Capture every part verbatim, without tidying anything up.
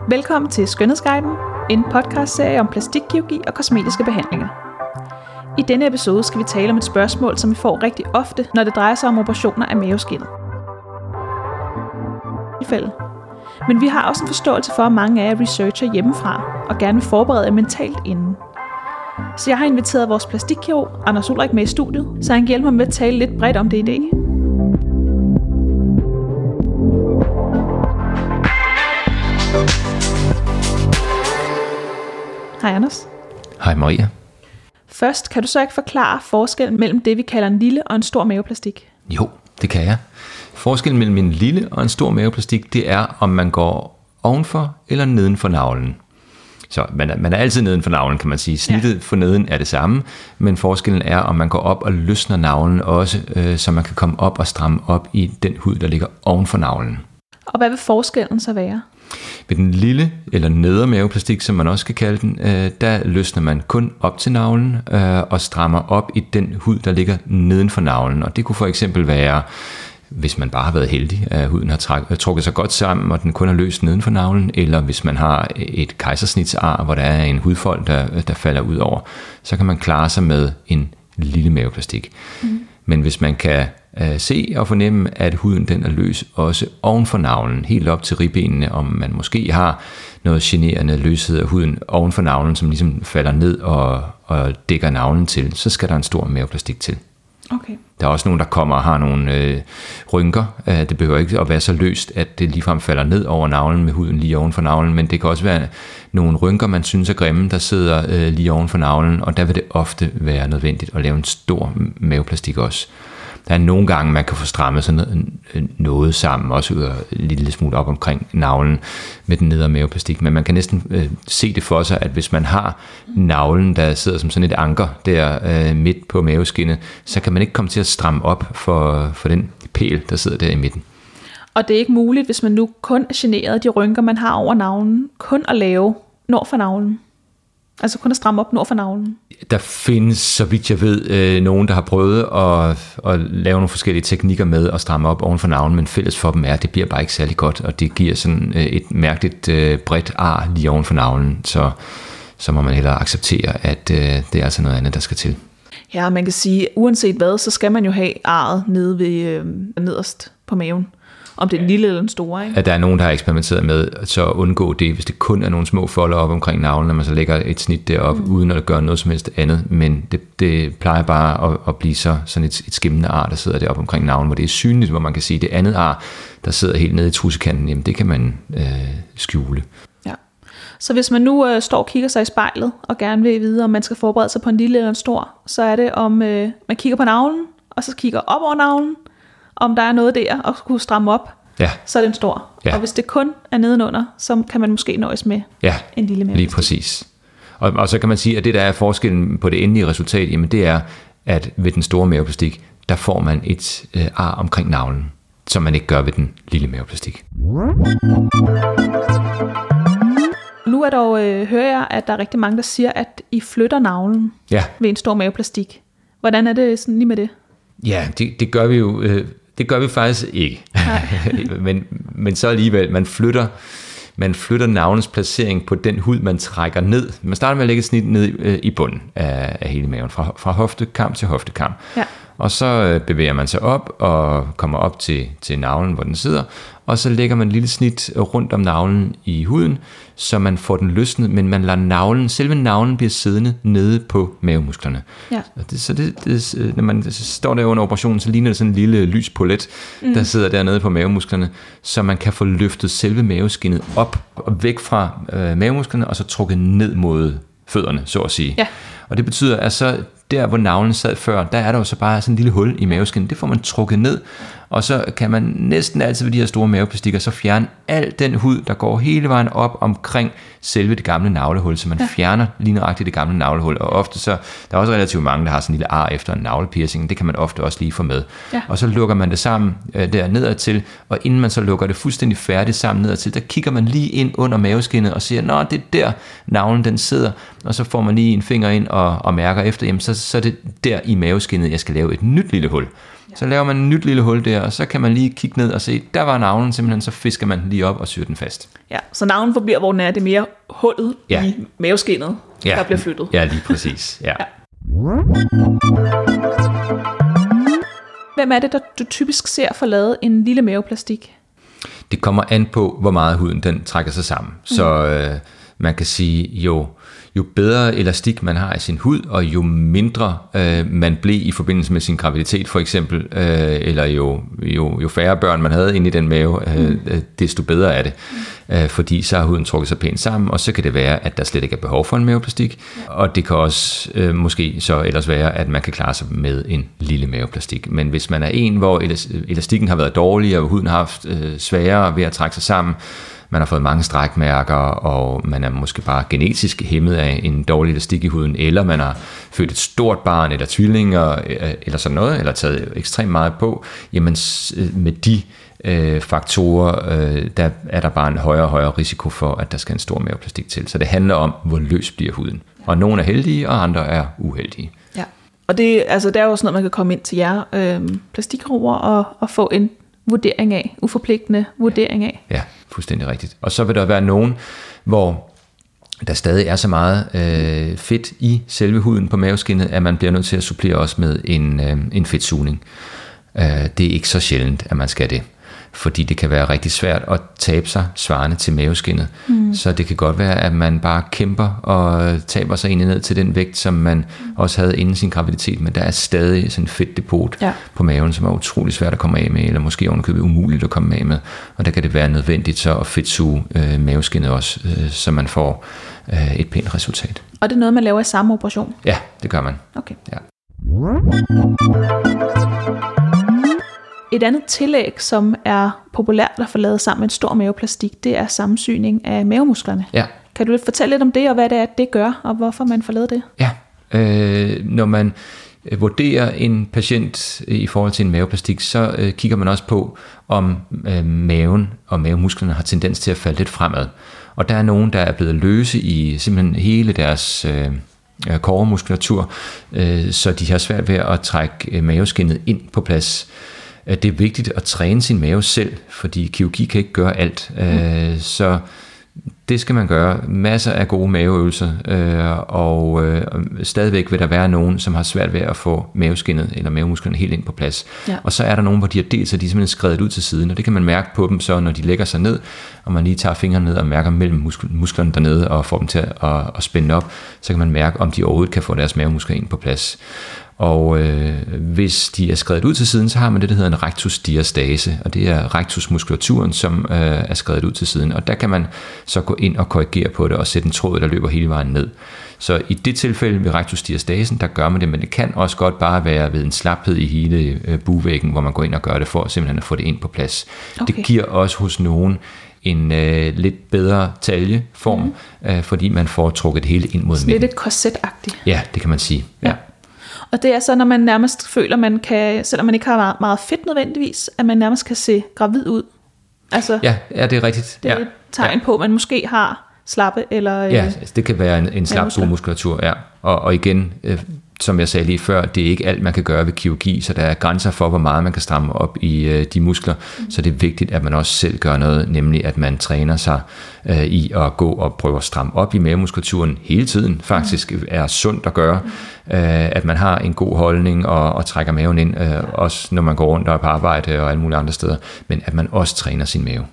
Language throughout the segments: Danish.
Velkommen til Skønhedsguiden, en podcastserie om plastikkirurgi og kosmetiske behandlinger. I denne episode skal vi tale om et spørgsmål, som vi får rigtig ofte, når det drejer sig om operationer af maveskindet. Men vi har også en forståelse for, at mange af jer researcher hjemmefra og gerne vil forberede jer mentalt inden. Så jeg har inviteret vores plastikkirurg, Anders Ulrik, med i studiet, så han kan hjælpe mig med at tale lidt bredt om det i dag. Hej Anders. Hej Maria. Først, kan du så ikke forklare forskellen mellem det, vi kalder en lille og en stor maveplastik? Jo, det kan jeg. Forskellen mellem en lille og en stor maveplastik, det er, om man går ovenfor eller neden for navlen. Så man er, man er altid neden for navlen, kan man sige. Snittet ja. for neden er det samme, men forskellen er, om man går op og løsner navlen også, øh, så man kan komme op og stramme op i den hud, der ligger oven for navlen. Og hvad vil forskellen så være? Ved den lille eller nedre maveplastik, som man også kan kalde den, øh, der løsner man kun op til navlen øh, og strammer op i den hud, der ligger neden for navlen. Og det kunne for eksempel være, hvis man bare har været heldig, at huden har træk, trukket sig godt sammen, og den kun er løst neden for navlen, eller hvis man har et kejsersnitsar, hvor der er en hudfold, der, der falder ud over, så kan man klare sig med en lille maveplastik. Mm. Men hvis man kan uh, se og fornemme, at huden den er løs også oven for navlen, helt op til ribbenene, om man måske har noget generende løshed af huden oven for navlen, som ligesom falder ned og, og dækker navlen til, så skal der en stor maveplastik til. Okay. Der er også nogen, der kommer og har nogle øh, rynker. Det behøver ikke at være så løst, at det ligefrem falder ned over navlen med huden lige oven for navlen, men det kan også være nogle rynker, man synes er grimme, der sidder øh, lige oven for navlen, og der vil det ofte være nødvendigt at lave en stor maveplastik også. Der er nogle gange, man kan få strammet sådan noget, noget sammen, også ud og en lille smule op omkring navlen med den nedre maveplastik, men man kan næsten øh, se det for sig, at hvis man har navlen, der sidder som sådan et anker der øh, midt på maveskinnet, så kan man ikke komme til at stramme op for, for den pæl, der sidder der i midten. Og det er ikke muligt, hvis man nu kun er generet af de rynker, man har over navlen, kun at lave nord for navlen? Altså kun at stramme op nord for navlen? Der findes, så vidt jeg ved, øh, nogen, der har prøvet at, at lave nogle forskellige teknikker med at stramme op oven for navlen, men fælles for dem er, at det bliver bare ikke særlig godt, og det giver sådan øh, et mærkeligt øh, bredt ar lige oven for navlen, så, så må man hellere acceptere, at øh, det er altså noget andet, der skal til. Ja, man kan sige, uanset hvad, så skal man jo have arret nede ved, øh, nederst på maven. Om det er en lille eller en store, ikke? At der er nogen, der har eksperimenteret med så at undgå det, hvis det kun er nogle små folder op omkring navlen, når man så lægger et snit derop, mm. uden at gøre noget som helst andet. Men det, det plejer bare at, at blive så, sådan et, et skimmende ar, der sidder deroppe omkring navlen, hvor det er synligt, hvor man kan sige, at det andet ar, der sidder helt nede i trussekanten, jamen det kan man øh, skjule. Ja. Så hvis man nu øh, står og kigger sig i spejlet, og gerne vil vide, om man skal forberede sig på en lille eller en stor, så er det, om øh, man kigger på navlen, og så kigger op over navlen, om der er noget der, og kunne stramme op, ja. Så er det en stor. Ja. Og hvis det kun er nedenunder, så kan man måske nøjes med ja, en lille maveplastik. Lige præcis. Og, og så kan man sige, at det der er forskellen på det endelige resultat, jamen det er, at ved den store maveplastik, der får man et øh, ar omkring navlen, som man ikke gør ved den lille maveplastik. Nu er dog, øh, hører jeg, at der er rigtig mange, der siger, at I flytter navlen ja. ved en stor maveplastik. Hvordan er det sådan lige med det? Ja, det, det gør vi jo... Øh, Det gør vi faktisk ikke, men, men så alligevel, man flytter, man flytter navlens placering på den hud, man trækker ned. Man starter med at lægge et snit ned øh, i bunden af, af hele maven, fra, fra hoftekam til hoftekam. Ja. Og så øh, bevæger man sig op og kommer op til, til navlen, hvor den sidder, og så lægger man et lille snit rundt om navlen i huden, så man får den løsnet, men man lader navlen, selve navlen bliver siddende nede på mavemusklerne. Ja. Det, så det, det, når man står der under operationen, så ligner det sådan en lille lys polet, mm. der sidder dernede på mavemusklerne, så man kan få løftet selve maveskinnet op og væk fra øh, mavemusklerne, og så trukket ned mod fødderne, så at sige. Ja. Og det betyder, at så der, hvor navlen sad før, der er der jo så bare sådan en lille hul i maveskinnet. Det får man trukket ned, og så kan man næsten altid ved de her store maveplastikker så fjerne al den hud, der går hele vejen op omkring selve det gamle navlehul, så man ja. fjerner lige nøjagtigt det gamle navlehul. Og ofte så, der er også relativt mange, der har sådan en lille ar efter en navlepiercing, det kan man ofte også lige få med. Ja. Og så lukker man det sammen øh, der nedad til, og inden man så lukker det fuldstændig færdigt sammen nedad til, der kigger man lige ind under maveskinnet og siger, nå, det er der navlen den sidder, og så får man lige en finger ind og, og mærker efter, jamen så, så er det der i maveskinnet, jeg skal lave et nyt lille hul. Så laver man et nyt lille hul der, og så kan man lige kigge ned og se, der var navlen, simpelthen så fisker man den lige op og syr den fast. Ja, så navlen forbliver, hvor den er, det er mere hullet ja. i maveskindet, ja. der bliver flyttet. Ja, lige præcis. Ja. Ja. Hvem er det, der du typisk ser få lavet en lille maveplastik? Det kommer an på, hvor meget huden den trækker sig sammen. Mm. Så øh, man kan sige, jo, jo bedre elastik man har i sin hud, og jo mindre øh, man blev i forbindelse med sin graviditet for eksempel, øh, eller jo, jo, jo færre børn man havde inde i den mave, øh, mm. desto bedre er det. Mm. Øh, fordi så har huden trukket sig pænt sammen, og så kan det være, at der slet ikke er behov for en maveplastik. Ja. Og det kan også øh, måske så ellers være, at man kan klare sig med en lille maveplastik. Men hvis man er en, hvor elastikken har været dårlig, og huden har haft øh, sværere ved at trække sig sammen, man har fået mange strækmærker, og man er måske bare genetisk hæmmet af en dårlig elastik i huden, eller man har født et stort barn, eller tvillinger, eller sådan noget, eller taget ekstremt meget på, jamen med de øh, faktorer, øh, der er der bare en højere og højere risiko for, at der skal en stor maveplastik til. Så det handler om, hvor løs bliver huden. Og nogle er heldige, og andre er uheldige. Ja, og det, altså, det er jo sådan noget, man kan komme ind til jer øh, plastikkirurger og, og få en vurdering af, uforpligtende vurdering af. Ja, fuldstændig rigtigt. Og så vil der være nogen, hvor der stadig er så meget øh, fedt i selve huden på maveskindet, at man bliver nødt til at supplere også med en, øh, en fedtsugning. Øh, det er ikke så sjældent, at man skal det. Fordi det kan være rigtig svært at tabe sig svarende til maveskindet. Mm. Så det kan godt være, at man bare kæmper og taber sig egentlig ned til den vægt, som man mm. også havde inden sin graviditet, men der er stadig sådan et fedtdepot ja. på maven, som er utrolig svært at komme af med, eller måske ovenikøbet umuligt at komme af med. Og der kan det være nødvendigt så at fedtsuge øh, maveskinnet også, øh, så man får øh, et pænt resultat. Og det er noget, man laver i samme operation? Ja, det gør man. Okay. Ja. Et andet tillæg, som er populært at få lavet sammen med en stor maveplastik, det er sammensyning af mavemusklerne. Ja. Kan du fortælle lidt om det, og hvad det er, det gør, og hvorfor man får lavet det? Ja, øh, når man vurderer en patient i forhold til en maveplastik, så øh, kigger man også på, om øh, maven og mavemusklerne har tendens til at falde lidt fremad. Og der er nogen, der er blevet løse i simpelthen hele deres øh, kåremuskulatur, øh, så de har svært ved at trække maveskinnet ind på plads. Det er vigtigt at træne sin mave selv, fordi kirurgi kan ikke gøre alt. Mm. Så det skal man gøre. Masser af gode maveøvelser, og stadigvæk vil der være nogen, som har svært ved at få maveskinnet eller mavemusklerne helt ind på plads. Ja. Og så er der nogen, hvor de har delt sig, de er simpelthen skredet ud til siden, og det kan man mærke på dem, så når de lægger sig ned, og man lige tager fingrene ned og mærker mellem musklerne dernede og får dem til at, at spænde op, så kan man mærke, om de overhovedet kan få deres mavemuskler ind på plads. Og øh, hvis de er skredet ud til siden, så har man det, der hedder en rectus diastase, og det er rectusmuskulaturen, som øh, er skredet ud til siden, og der kan man så gå ind og korrigere på det og sætte en tråd, der løber hele vejen ned. Så i det tilfælde ved rectus diastasen, der gør man det, men det kan også godt bare være ved en slaphed i hele øh, bugvæggen, hvor man går ind og gør det for simpelthen at få det ind på plads. Okay. Det giver også hos nogen en øh, lidt bedre taljeform, mm. øh, fordi man får trukket det hele ind mod midten. Lidt et korsetagtigt. Ja, det kan man sige. Ja. Ja. Og det er så, når man nærmest føler, man kan, selvom man ikke har meget fedt nødvendigvis, at man nærmest kan se gravid ud. Altså, ja, ja, det er rigtigt. Det er ja. et tegn ja. på, at man måske har slappe eller... Ja, altså, det kan være en, en slap bugmuskulatur, ja. Og, og igen, øh, som jeg sagde lige før, det er ikke alt, man kan gøre ved kirurgi, så der er grænser for, hvor meget man kan stramme op i øh, de muskler. Mm. Så det er vigtigt, at man også selv gør noget, nemlig at man træner sig øh, i at gå og prøve at stramme op i mavemuskulaturen hele tiden. Faktisk mm. er sundt at gøre, mm. øh, at man har en god holdning og, og trækker maven ind, øh, også når man går rundt og er på arbejde og alle mulige andre steder, men at man også træner sin mave.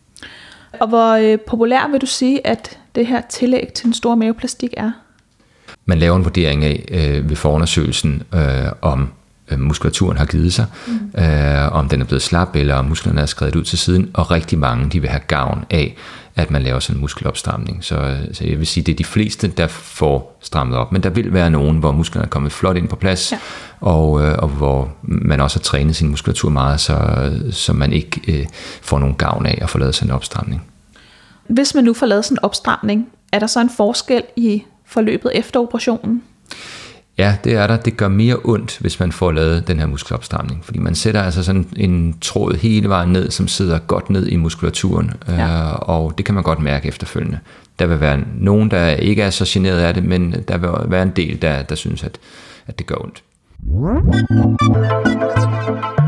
Og hvor øh, populær vil du sige, at det her tillæg til en stor maveplastik er? Man laver en vurdering af øh, ved forundersøgelsen, øh, om øh, muskulaturen har givet sig, mm. øh, om den er blevet slap, eller om musklerne er skredet ud til siden, og rigtig mange de vil have gavn af, at man laver sådan en muskelopstramning. Så, så jeg vil sige, det er de fleste, der får strammet op, men der vil være nogen, hvor musklerne er kommet flot ind på plads, ja. og, øh, og hvor man også har trænet sin muskulatur meget, så, så man ikke øh, får nogen gavn af at få lavet sådan en opstramning. Hvis man nu får lavet sådan en opstramning, er der så en forskel i forløbet efter operationen? Ja, det er der. Det gør mere ondt, hvis man får lavet den her muskelopstramning, fordi man sætter altså sådan en tråd hele vejen ned, som sidder godt ned i muskulaturen, ja. øh, og det kan man godt mærke efterfølgende. Der vil være nogen, der ikke er så generet af det, men der vil være en del, der, der synes, at, at det gør ondt.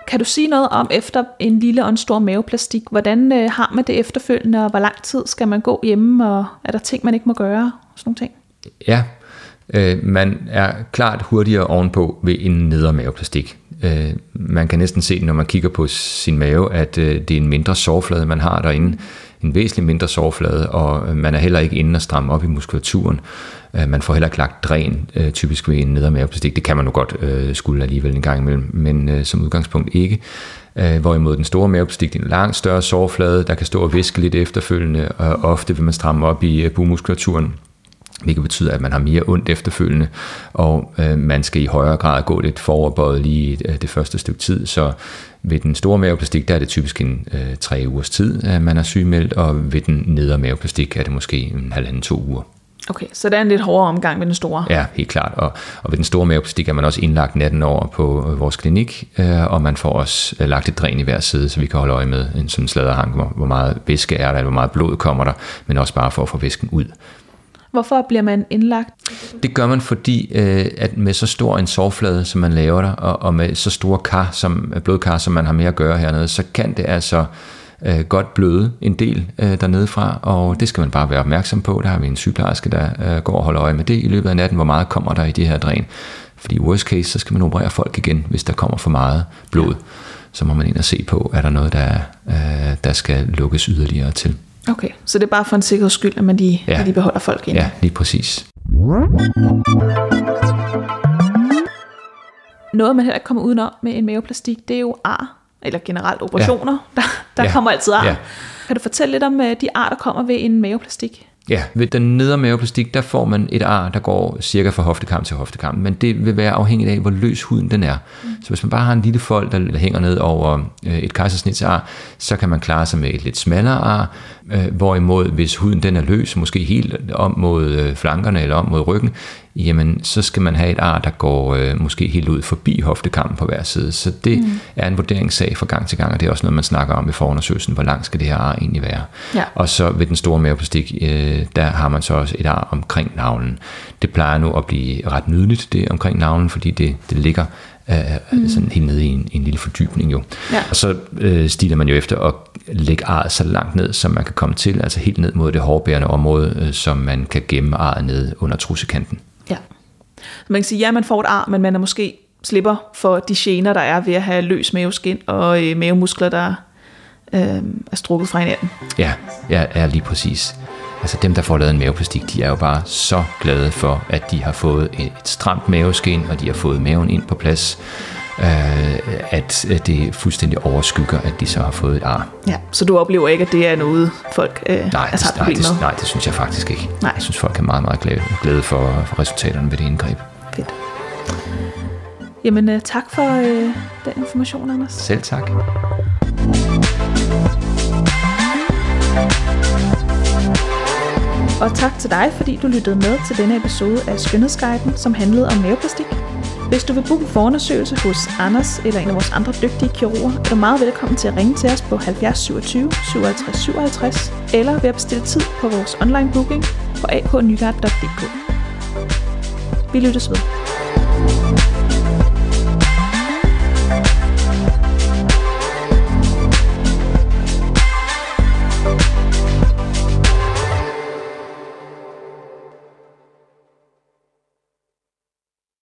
kan du sige noget om efter en lille og en stor maveplastik? Hvordan øh, har man det efterfølgende, og hvor lang tid skal man gå hjemme, og er der ting, man ikke må gøre? Sådan nogle ting. Ja, øh, man er klart hurtigere ovenpå ved en nedre maveplastik. Øh, man kan næsten se, når man kigger på sin mave, at øh, det er en mindre sårflade, man har derinde. En væsentlig mindre sårflade, og man er heller ikke inde og stramme op i muskulaturen. Man får heller ikke lagt dræn, øh, typisk ved en nedre maveplastik. Det kan man nu godt øh, skulle alligevel en gang imellem, men øh, som udgangspunkt ikke. Øh, hvorimod den store maveplastik, det er en langt større sårflade, der kan stå og væske lidt efterfølgende, og ofte vil man stramme op i øh, bugmuskulaturen, hvilket betyder, at man har mere ondt efterfølgende, og øh, man skal i højere grad gå lidt foroverbøjet lige øh, det første stykke tid. Så ved den store maveplastik, der er det typisk en øh, tre ugers tid, at man er sygemeldt, og ved den nedre maveplastik er det måske en halvanden to uger. Okay, så der er en lidt hårdere omgang ved den store. Ja, helt klart. Og, og ved den store maveplastik er man også indlagt natten over på vores klinik, øh, og man får også øh, lagt et dræn i hver side, så vi kan holde øje med en sådan sladderhang, hvor, hvor meget væske er der, eller hvor meget blod kommer der, men også bare for at få væsken ud. Hvorfor bliver man indlagt? Det gør man, fordi øh, at med så stor en sårflade, som man laver der, og, og med så store kar, som, blodkar, som man har med at gøre hernede, så kan det altså øh, godt bløde en del øh, dernede fra, og det skal man bare være opmærksom på. Der har vi en sygeplejerske, der øh, går og holder øje med det i løbet af natten, hvor meget kommer der i de her dræn. Fordi worst case, så skal man operere folk igen, hvis der kommer for meget blod. Så må man ind og se på, er der noget, der, øh, der skal lukkes yderligere til. Okay, så det er bare for en sikkerheds skyld, at man lige, ja. lige beholder folk inde. Ja, lige præcis. Noget, man heller ikke kommer udenom med en maveplastik, det er jo ar, eller generelt operationer. Ja. Der, der ja. kommer altid ar. Ja. Kan du fortælle lidt om de ar, der kommer ved en maveplastik? Ja, ved den nedre maveplastik, der får man et ar, der går cirka fra hoftekam til hoftekam, men det vil være afhængigt af, hvor løs huden den er. Mm. Så hvis man bare har en lille fold, der hænger ned over et kejsersnitsar, så kan man klare sig med et lidt smallere ar, hvorimod hvis huden den er løs, måske helt om mod flankerne eller om mod ryggen, jamen så skal man have et ar, der går øh, måske helt ud forbi hoftekammen på hver side. Så det mm. er en vurderingssag fra gang til gang, og det er også noget, man snakker om i forundersøgelsen, hvor langt skal det her ar egentlig være. Ja. Og så ved den store maveplastik, øh, der har man så også et ar omkring navlen. Det plejer nu at blive ret nydeligt, det omkring navlen, fordi det, det ligger øh, mm. sådan helt nede i en, en lille fordybning jo. Ja. Og så øh, stiler man jo efter at lægge arret så langt ned, som man kan komme til, altså helt ned mod det hårbærende område, øh, som man kan gemme arret ned under trussekanten. Ja. Man kan sige, ja, man får et ar, men man er måske slipper for de gener, der er ved at have løs maveskin og øh, mavemuskler, der øh, er strukket fra hinanden. Ja, ja, ja, lige præcis. Altså dem, der får lavet en maveplastik, de er jo bare så glade for, at de har fået et stramt maveskin, og de har fået maven ind på plads, øh, at det fuldstændig overskygger, at de så har fået et ar. Ja, så du oplever ikke, at det er noget, folk øh, nej, altså, har problemer med? Nej, det synes jeg faktisk ikke. Nej. Jeg synes, folk er meget, meget glade, glade for, for resultaterne ved det indgreb. Fedt. Jamen, øh, tak for øh, den information, Anders. Selv tak. Og tak til dig, fordi du lyttede med til denne episode af Skønhedsguiden, som handlede om maveplastik. Hvis du vil booke en forundersøgelse hos Anders eller en af vores andre dygtige kirurger, er du meget velkommen til at ringe til os på halvfjerds syvogtyve syvoghalvtreds syvoghalvtreds eller ved at bestille tid på vores online booking på a k nygaard punktum d k. Vi lyttes ved.